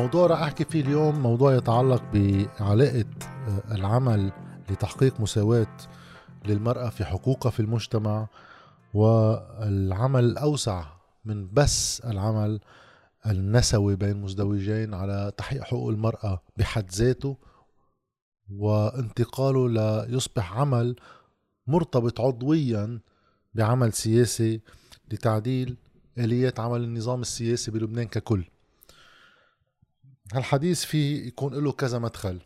الموضوع رح أحكي فيه اليوم موضوع يتعلق بعلاقة العمل لتحقيق مساواة للمرأة في حقوقها في المجتمع، والعمل الأوسع من بس العمل النسوي بين مزدوجين على تحقيق حقوق المرأة بحد ذاته، وانتقاله ليصبح عمل مرتبط عضويا بعمل سياسي لتعديل آليات عمل النظام السياسي بلبنان ككل. هالحديث فيه يكون له كذا مدخل،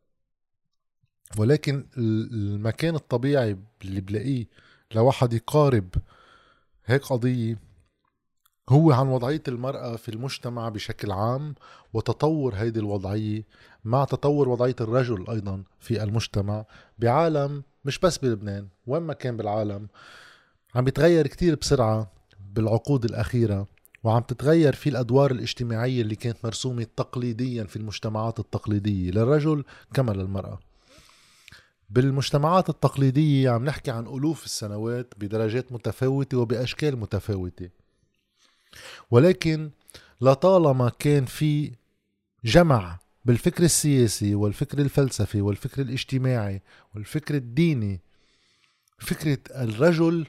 ولكن المكان الطبيعي اللي بلاقيه لواحد يقارب هيك قضية هو عن وضعية المرأة في المجتمع بشكل عام، وتطور هيدي الوضعية مع تطور وضعية الرجل أيضا في المجتمع بعالم مش بس بلبنان، وين ما كان بالعالم عم بيتغير كتير بسرعة بالعقود الأخيرة، وعم تتغير في الأدوار الاجتماعية اللي كانت مرسومة تقليديا في المجتمعات التقليدية للرجل كما للمرأة. بالمجتمعات التقليدية عم نحكي عن ألوف السنوات بدرجات متفاوتة وبأشكال متفاوتة، ولكن لطالما كان في جمع بالفكر السياسي والفكر الفلسفي والفكر الاجتماعي والفكر الديني، فكرة الرجل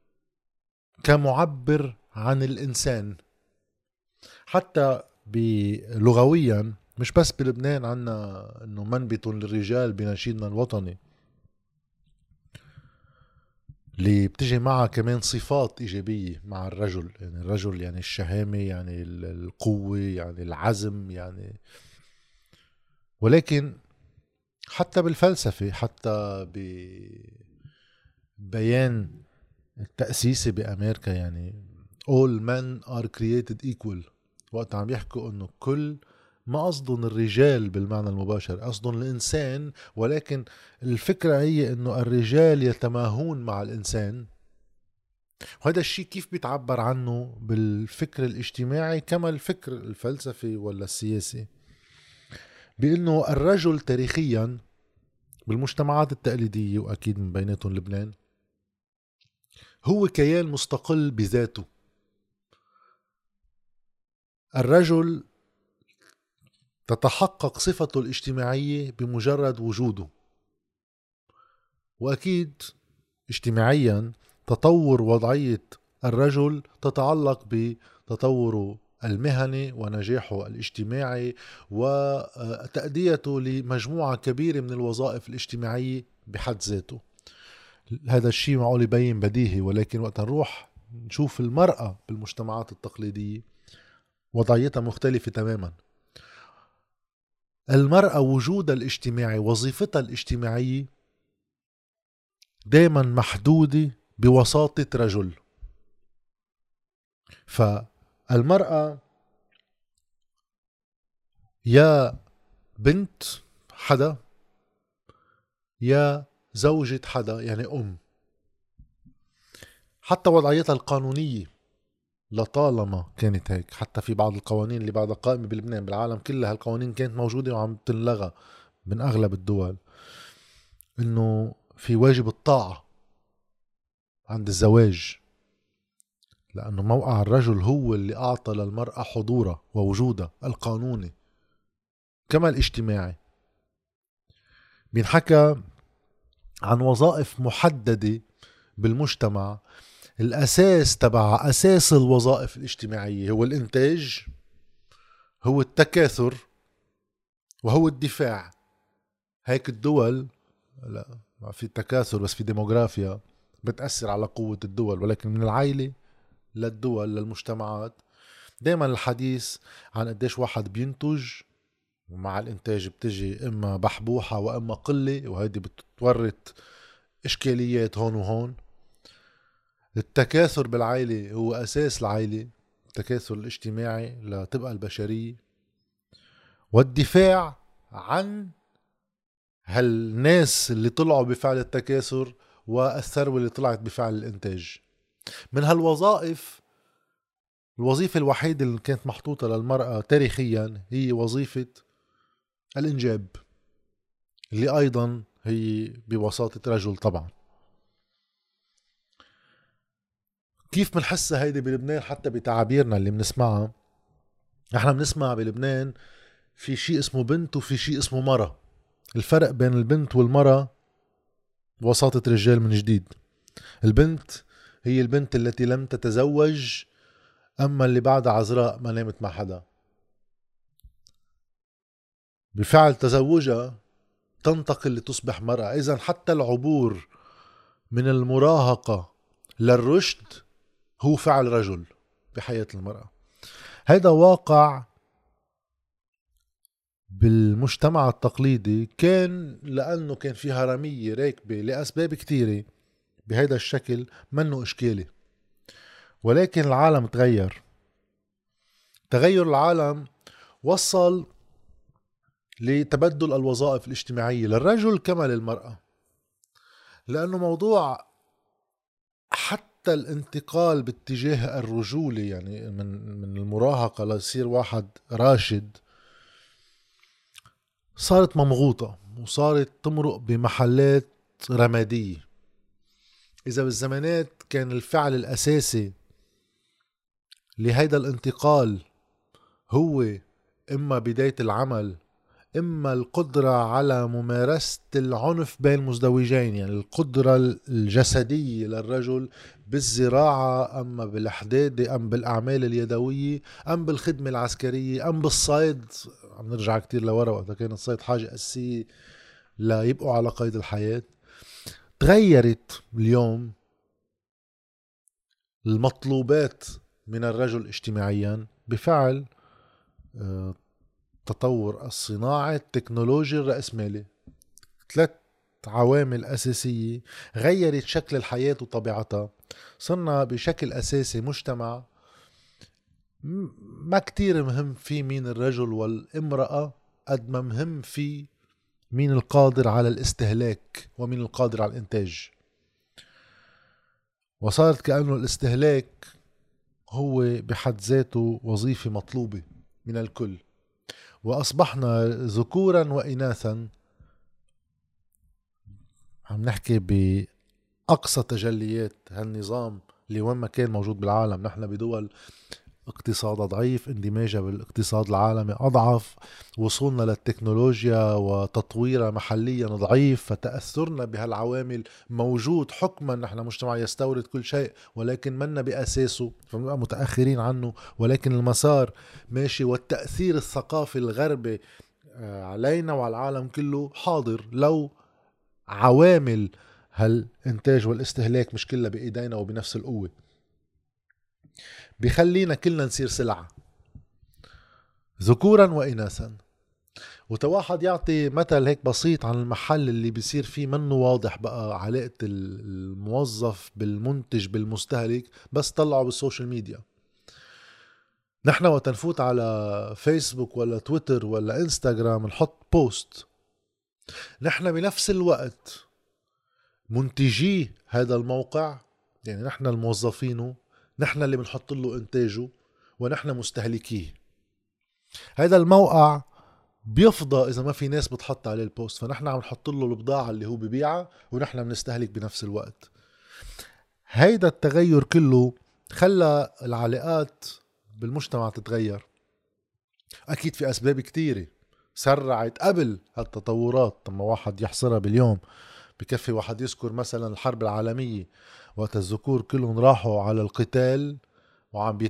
كمعبر عن الإنسان. حتى بلغويا مش بس بلبنان عنا انه منبت للرجال بنشيدنا الوطني، اللي بتجي معها كمان صفات إيجابية مع الرجل. يعني الرجل يعني الشهامة، يعني القوة، يعني العزم، يعني ولكن حتى بالفلسفة، حتى ببيان التأسيسي بأمريكا، يعني all men are created equal. وقت عم يحكوا انه كل، ما قصدهم الرجال بالمعنى المباشر، قصدهم الإنسان، ولكن الفكرة هي انه الرجال يتماهون مع الإنسان. وهذا الشيء كيف بيتعبر عنه بالفكر الاجتماعي كما الفكر الفلسفي ولا السياسي؟ بأنه الرجل تاريخيا بالمجتمعات التقليدية، وأكيد من بيناتهم لبنان، هو كيان مستقل بذاته. الرجل تتحقق صفته الاجتماعية بمجرد وجوده، وأكيد اجتماعيا تطور وضعية الرجل تتعلق بتطوره المهني ونجاحه الاجتماعي وتأديته لمجموعة كبيرة من الوظائف الاجتماعية بحد ذاته. هذا الشيء معقول يبين بديهي، ولكن وقت نروح نشوف المرأة بالمجتمعات التقليدية وضعيتها مختلفة تماما. المرأة وجودها الاجتماعي، وظيفتها الاجتماعية دايما محدودة بوساطة رجل. فالمرأة يا بنت حدا، يا زوجة حدا، يعني أم. حتى وضعيتها القانونية لطالما كانت هيك، حتى في بعض القوانين اللي بعدها قائمة بلبنان، بالعالم كلها هالقوانين كانت موجودة وعم تنلغى من أغلب الدول، إنه في واجب الطاعة عند الزواج، لأنه موقع الرجل هو اللي أعطى للمرأة حضورها ووجودها القانوني كما الاجتماعي. بينحكى عن وظائف محددة بالمجتمع، الأساس تبع أساس الوظائف الاجتماعية هو الإنتاج، هو التكاثر، وهو الدفاع. هيك الدول، لا في تكاثر بس في ديموغرافيا بتأثر على قوة الدول، ولكن من العائلة للدول للمجتمعات دايما الحديث عن قديش واحد بينتج، ومع الانتاج بتجي اما بحبوحة واما قلة، وهيدي بتورط اشكاليات هون وهون. التكاثر بالعائلة هو اساس العائلة، التكاثر الاجتماعي لتبقى البشرية، والدفاع عن هالناس اللي طلعوا بفعل التكاثر والثروة اللي طلعت بفعل الانتاج. من هالوظائف، الوظيفة الوحيدة اللي كانت محطوطة للمرأة تاريخيا هي وظيفة الإنجاب، اللي أيضا هي بوساطة رجل طبعا. كيف منحسها هيدي بلبنان؟ حتى بتعابيرنا اللي بنسمعها، احنا بنسمع بلبنان في شيء اسمه بنت وفي شيء اسمه مرة. الفرق بين البنت والمرة وساطة رجال من جديد. البنت هي البنت التي لم تتزوج، أما اللي بعدها عذراء ما نامت مع حدا. بفعل تزوجها تنتقل لتصبح مرأة. إذن حتى العبور من المراهقة للرشد هو فعل رجل بحياة المرأة. هذا واقع بالمجتمع التقليدي، كان لأنه كان في هرمية راكبة لأسباب كتيرة بهذا الشكل منه إشكالي. ولكن العالم تغير. تغير العالم وصل لتبدل الوظائف الاجتماعية للرجل كما للمرأة، لأنه موضوع حتى الانتقال باتجاه الرجولة، يعني من المراهقة ليصير واحد راشد، صارت ممغوطة وصارت تمرق بمحلات رمادية. إذا بالزمانات كان الفعل الأساسي لهيدا الانتقال هو إما بداية العمل، إما القدرة على ممارسة العنف بين مزدوجين، يعني القدرة الجسدية للرجل بالزراعة، أما بالحداد، أم بالأعمال اليدوية، أم بالخدمة العسكرية، أم بالصيد. عم نرجع كتير لورا وقتها كان الصيد حاجة أساسية ليبقوا على قيد الحياة. تغيرت اليوم المطلوبات من الرجل اجتماعيا بفعل تطور الصناعة، التكنولوجيا، الرأسمالي. 3 عوامل أساسية غيرت شكل الحياة وطبيعتها. صرنا بشكل أساسي مجتمع ما كتير مهم فيه مين الرجل والامرأة قد ما مهم فيه مين القادر على الاستهلاك ومين القادر على الإنتاج. وصارت كأنه الاستهلاك هو بحد ذاته وظيفة مطلوبة من الكل، وأصبحنا ذكورا وإناثا. عم نحكي بأقصى تجليات هالنظام اللي وين ما كان موجود بالعالم. نحن بدول اقتصادها ضعيف، اندماجها بالاقتصاد العالمي أضعف، وصولنا للتكنولوجيا وتطويرها محليا ضعيف، فتأثرنا بهالعوامل موجود حكما. نحن مجتمع يستورد كل شيء ولكن منا بأساسه، فنبقى متأخرين عنه، ولكن المسار ماشي. والتأثير الثقافي الغربي علينا وعلى العالم كله حاضر، لو عوامل هالإنتاج والاستهلاك مش كلها بإيدينا وبنفس القوة، بيخلينا كلنا نصير سلعة ذكورا وإناثا. وتواحد يعطي مثل هيك بسيط عن المحل اللي بيصير فيه منه واضح بقى علاقة الموظف بالمنتج بالمستهلك، بس طلعوا بالسوشيال ميديا. نحن وقت نفوت على فيسبوك ولا تويتر ولا انستغرام نحط بوست، نحن بنفس الوقت منتجي هذا الموقع، يعني نحن الموظفينه، نحن اللي بنحط له انتاجه، ونحن مستهلكيه. هذا الموقع بيفضى اذا ما في ناس بتحط عليه البوست، فنحن عم نحط له البضاعة اللي هو ببيعها ونحن بنستهلك بنفس الوقت. هيدا التغير كله خلى العلاقات بالمجتمع تتغير. اكيد في اسباب كتيرة سرعت قبل هالتطورات. لما واحد يحصرها باليوم بكفي واحد يذكر مثلا الحرب العالمية، وقت الذكور كلهم راحوا على القتال وعم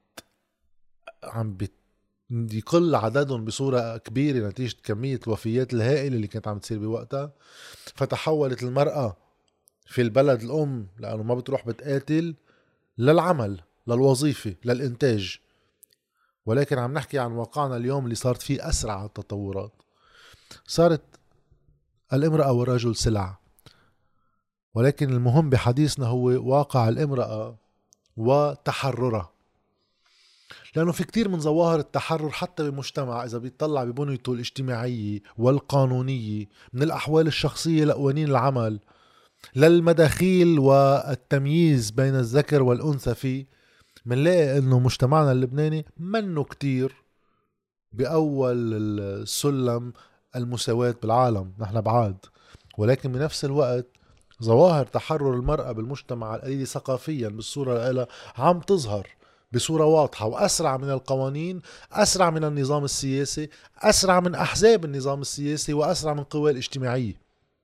يقل عددهم بصورة كبيرة نتيجة كمية الوفيات الهائلة اللي كانت عم تصير بوقتها. فتحولت المرأة في البلد الأم لأنه ما بتروح بتقاتل للعمل، للوظيفة، للإنتاج. ولكن عم نحكي عن واقعنا اليوم اللي صارت فيه أسرع التطورات. صارت الامرأة والرجل سلع، ولكن المهم بحديثنا هو واقع الامرأة وتحررها. لأنه في كتير من ظواهر التحرر حتى بمجتمع إذا بيطلع ببنيته الاجتماعية والقانونية، من الأحوال الشخصية لقوانين العمل للمداخيل والتمييز بين الذكر والأنثى فيه، منلاقي أنه مجتمعنا اللبناني منه كتير بأول السلم المساواة بالعالم. نحن بعاد، ولكن بنفس الوقت ظواهر تحرر المرأة بالمجتمع القليل ثقافيا بالصورة لها عم تظهر بصورة واضحة، وأسرع من القوانين، أسرع من النظام السياسي، أسرع من أحزاب النظام السياسي، وأسرع من قوى الاجتماعية.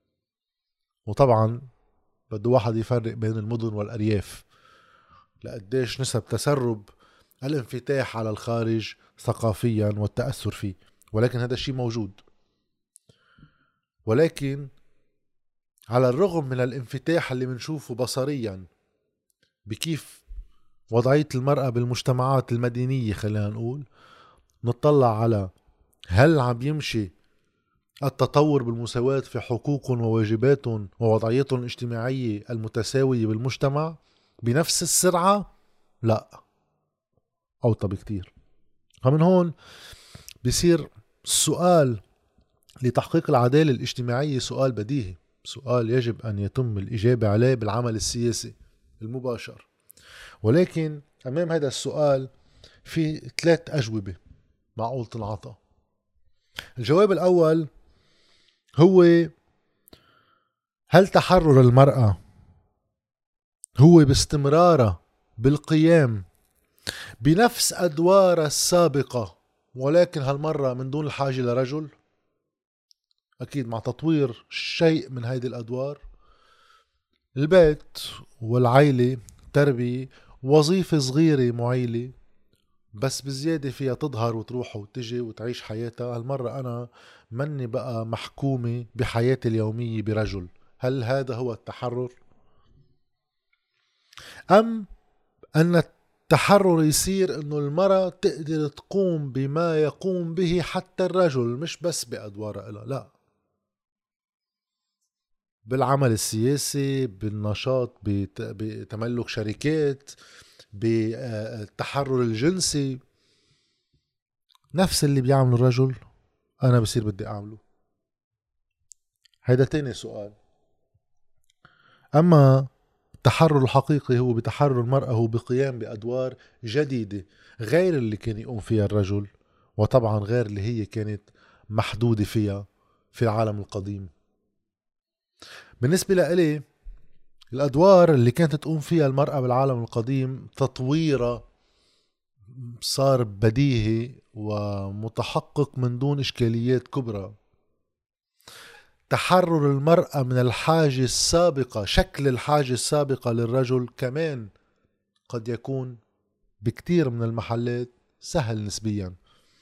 وطبعا بده واحد يفرق بين المدن والأرياف لقديش نسب تسرب الانفتاح على الخارج ثقافيا والتأثر فيه، ولكن هذا الشيء موجود. ولكن على الرغم من الانفتاح اللي منشوفه بصريا بكيف وضعية المرأة بالمجتمعات المدينية، خلينا نقول نطلع على هل عم يمشي التطور بالمساواة في حقوقهم وواجباتهم ووضعيتهم الاجتماعية المتساوية بالمجتمع بنفس السرعة؟ لا، أوطى بكتير. فمن هون بيصير السؤال لتحقيق العدالة الاجتماعية سؤال بديهي، سؤال يجب أن يتم الإجابة عليه بالعمل السياسي المباشر. ولكن أمام هذا السؤال في 3 أجوبة معقول تنعطى. الجواب الأول هو هل تحرر المرأة هو باستمرارها بالقيام بنفس أدوارها السابقة، ولكن هالمرة من دون الحاجة لرجل؟ أكيد مع تطوير شيء من هيدي الأدوار، البيت والعائلة، تربية، وظيفة صغيرة معيلة، بس بزيادة فيها تظهر وتروح وتجي وتعيش حياتها. هالمرة أنا مني بقى محكومة بحياتي اليومية برجل. هل هذا هو التحرر؟ أم أن التحرر يصير أنه المرأة تقدر تقوم بما يقوم به حتى الرجل، مش بس بأدوارها إلها، لا، بالعمل السياسي، بالنشاط، بتملك شركات، بالتحرر الجنسي، نفس اللي بيعمله الرجل أنا بصير بدي أعمله. هيدا تاني سؤال. أما التحرر الحقيقي هو بتحرر المرأة، هو بقيام بأدوار جديدة غير اللي كان يقوم فيها الرجل، وطبعا غير اللي هي كانت محدودة فيها في العالم القديم. بالنسبة لإلي الأدوار اللي كانت تقوم فيها المرأة بالعالم القديم تطويرها صار بديهي ومتحقق من دون إشكاليات كبرى. تحرر المرأة من الحاجة السابقة، شكل الحاجة السابقة للرجل كمان قد يكون بكتير من المحلات سهل نسبيا.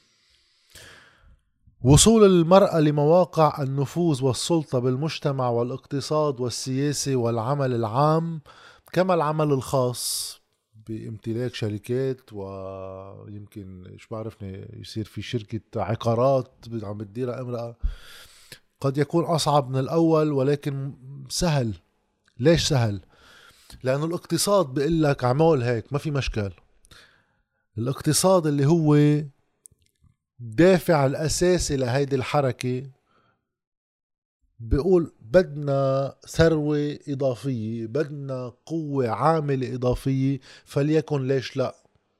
وصول المرأة لمواقع النفوذ والسلطة بالمجتمع والاقتصاد والسياسة والعمل العام، كما العمل الخاص بامتلاك شركات، ويمكن ايش بعرفني يصير في شركة عقارات عم بتديرها امرأة، قد يكون أصعب من الأول ولكن سهل. ليش سهل؟ لأنه الاقتصاد بيقول لك عمول هيك ما في مشكل. الاقتصاد اللي هو دافع الأساسي لهيدي الحركة بيقول بدنا ثروة إضافية، بدنا قوة عاملة إضافية، فليكن ليش لا.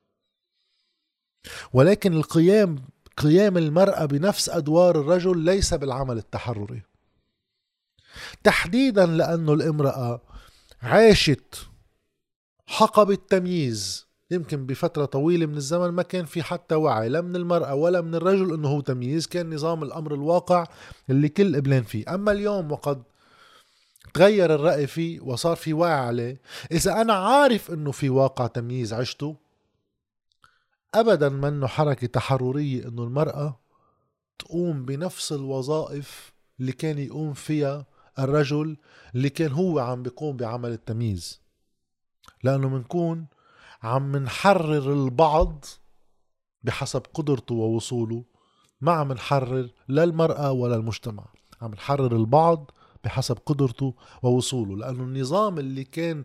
ولكن قيام المرأة بنفس أدوار الرجل ليس بالعمل التحرري، تحديدا لأنه الامرأة عاشت حقب التمييز. يمكن بفترة طويلة من الزمن ما كان في حتى وعي لا من المرأة ولا من الرجل انه هو تمييز، كان نظام الامر الواقع اللي كل قبلان فيه. اما اليوم وقد تغير الرأي فيه وصار في وعي عليه، اذا انا عارف انه في واقع تمييز عشته، ابدا منه حركة تحررية انه المرأة تقوم بنفس الوظائف اللي كان يقوم فيها الرجل اللي كان هو عم بيقوم بعمل التمييز. لانه منكون عم نحرر البعض بحسب قدرته ووصوله، ما عم نحرر لا المرأة ولا المجتمع، عم نحرر البعض بحسب قدرته ووصوله. لأنه النظام اللي كان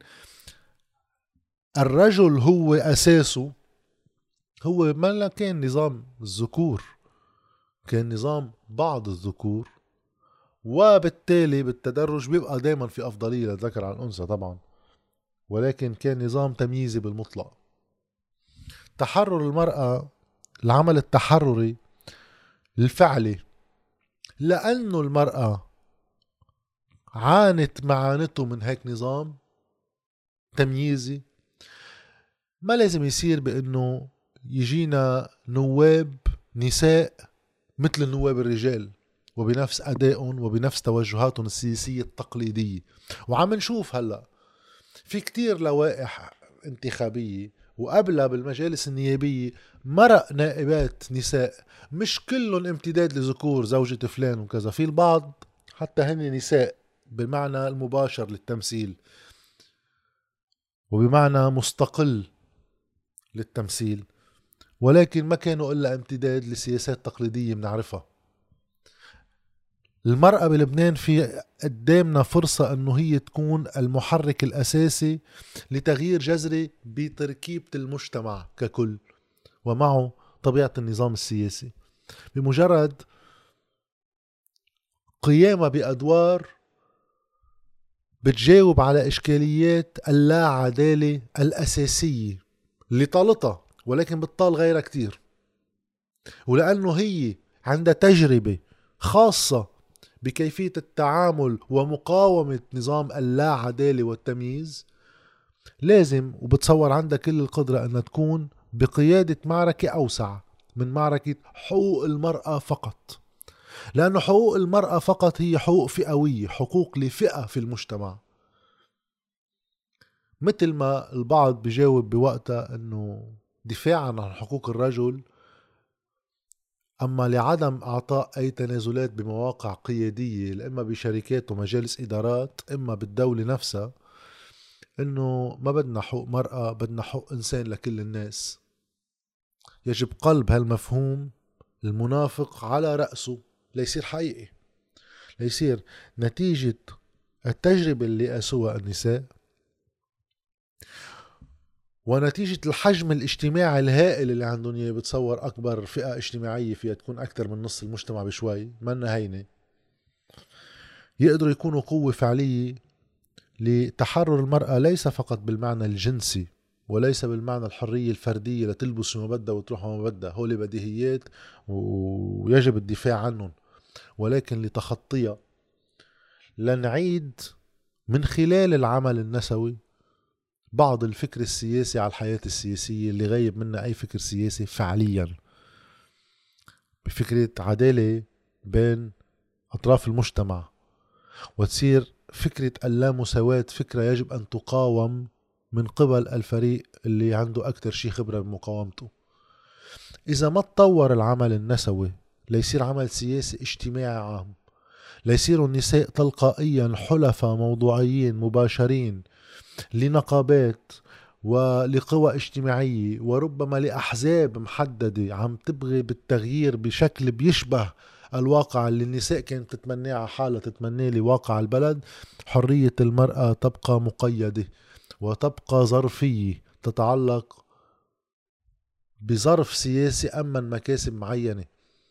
الرجل هو أساسه هو ما كان نظام الذكور، كان نظام بعض الذكور، وبالتالي بالتدرج بيبقى دايما في أفضلية للذكر عن الأنثى طبعا، ولكن كان نظام تمييزي بالمطلق. تحرر المرأة، العمل التحرري الفعلي، لأنه المرأة عانت معانته من هيك نظام تمييزي، ما لازم يصير بأنه يجينا نواب نساء مثل النواب الرجال وبنفس أدائهم وبنفس توجهاتهم السياسية التقليدية. وعم نشوف هلأ في كتير لوائح انتخابية وقبلها بالمجالس النيابية مرق نائبات نساء، مش كلهم امتداد لذكور زوجة فلان وكذا، في البعض حتى هن نساء بالمعنى المباشر للتمثيل وبمعنى مستقل للتمثيل، ولكن ما كانوا إلا امتداد لسياسات تقليدية بنعرفها. المرأة بلبنان في قدامنا فرصة أنه هي تكون المحرك الأساسي لتغيير جذري بتركيبة المجتمع ككل ومعه طبيعة النظام السياسي، بمجرد قيامها بأدوار بتجاوب على إشكاليات اللا عدالة الأساسية اللي طالتها ولكن بتطال غيرها كتير. ولأنه هي عندها تجربة خاصة بكيفية التعامل ومقاومة نظام اللا عدالة والتمييز، لازم وبتصور عندها كل القدرة أن تكون بقيادة معركة أوسع من معركة حقوق المرأة فقط، لأنه حقوق المرأة فقط هي حقوق فئوية، حقوق لفئة في المجتمع. مثل ما البعض بيجاوب بوقتها أنه دفاعا عن حقوق الرجل، أما لعدم أعطاء أي تنازلات بمواقع قيادية إما بشركات ومجالس إدارات إما بالدولة نفسها، إنه ما بدنا حقوق مرأة، بدنا حقوق إنسان لكل الناس. يجب قلب هالمفهوم المنافق على رأسه ليصير حقيقي، ليصير نتيجة التجربة اللي قاسوها النساء ونتيجة الحجم الاجتماعي الهائل اللي عندهم. بتصور أكبر فئة اجتماعية فيها تكون أكثر من نص المجتمع بشوي، منا هينة، يقدروا يكونوا قوة فعلية لتحرر المرأة ليس فقط بالمعنى الجنسي وليس بالمعنى الحرية الفردية لتلبس ما بدها وتروح ما بدها، هول بديهيات ويجب الدفاع عنهم، ولكن لتخطيها لنعيد من خلال العمل النسوي بعض الفكر السياسي على الحياة السياسية اللي غايب منها أي فكر سياسي فعليا، بفكرة عدالة بين أطراف المجتمع، وتصير فكرة اللامساواة فكرة يجب أن تقاوم من قبل الفريق اللي عنده أكتر شي خبرة بمقاومته. إذا ما تطور العمل النسوي ليصير عمل سياسي اجتماعي عام، ليصيروا النساء تلقائيا حلفاء موضوعيين مباشرين لنقابات ولقوى اجتماعية وربما لأحزاب محددة عم تبغي بالتغيير بشكل بيشبه الواقع اللي النساء كانت تتمناه على حالة تتمناه لواقع البلد. حرية المرأة تبقى مقيدة وتبقى ظرفية تتعلق بظرف سياسي أمن مكاسب معينة.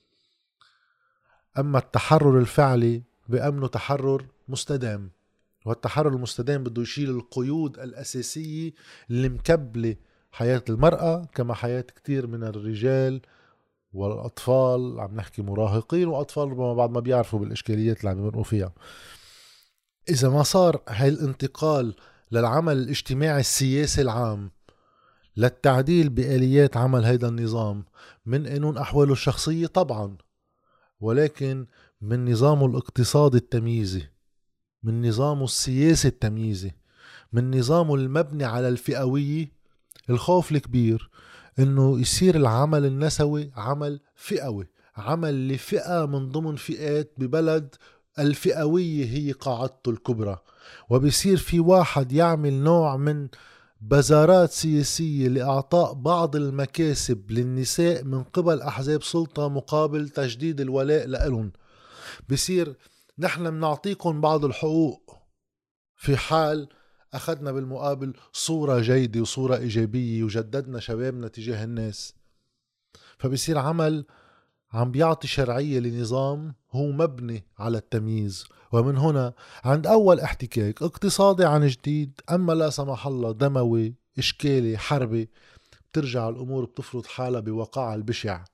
أما التحرر الفعلي بأمنه تحرر مستدام، والتحرر المستدام بده يشيل القيود الأساسية اللي مكبلة حياة المرأة كما حياة كتير من الرجال والأطفال، عم نحكي مراهقين وأطفال ربما بعد ما بيعرفوا بالإشكاليات اللي عم يمرقوا فيها. إذا ما صار هاي الانتقال للعمل الاجتماعي السياسي العام للتعديل بآليات عمل هيدا النظام من قانون أحواله الشخصية طبعا، ولكن من نظامه الاقتصادي التمييزي، من نظامه السياسي التمييزي، من نظامه المبني على الفئوية، الخوف الكبير انه يصير العمل النسوي عمل فئوي، عمل لفئة من ضمن فئات ببلد الفئوية هي قاعدته الكبرى، وبيصير في واحد يعمل نوع من بزارات سياسية لإعطاء بعض المكاسب للنساء من قبل أحزاب سلطة مقابل تجديد الولاء لإلهم. بيصير نحن منعطيكم بعض الحقوق في حال أخذنا بالمقابل صورة جيدة وصورة إيجابية وجددنا شبابنا تجاه الناس. فبيصير عمل عم بيعطي شرعية لنظام هو مبني على التمييز. ومن هنا عند أول احتكاك اقتصادي عن جديد، أما لا سمح الله دموي إشكالي حربي، بترجع الأمور بتفرض حالها بوقعها البشع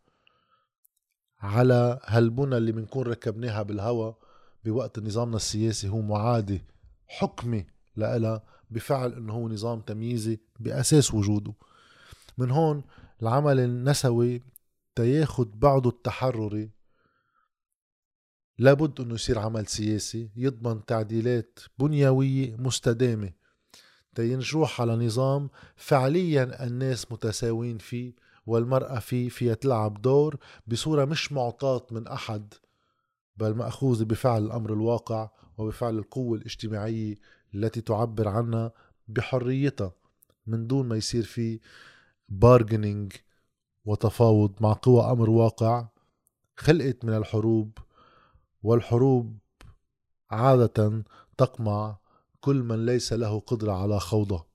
على هالبنى اللي بنكون ركبناها بالهوا بوقت نظامنا السياسي هو معادي حكمي لها بفعل انه هو نظام تمييزي بأساس وجوده. من هون العمل النسوي تياخد بعضه التحرري لابد أنه يصير عمل سياسي يضمن تعديلات بنيوية مستدامة تينجروح على نظام فعليا الناس متساوين فيه، والمرأة فيها تلعب دور بصورة مش معطاة من أحد، بل مأخوذة بفعل الأمر الواقع وبفعل القوة الاجتماعية التي تعبر عنها بحريتها، من دون ما يصير في بارجنينج وتفاوض مع قوى أمر واقع خلقت من الحروب. والحروب عادة تقمع كل من ليس له قدرة على خوضها.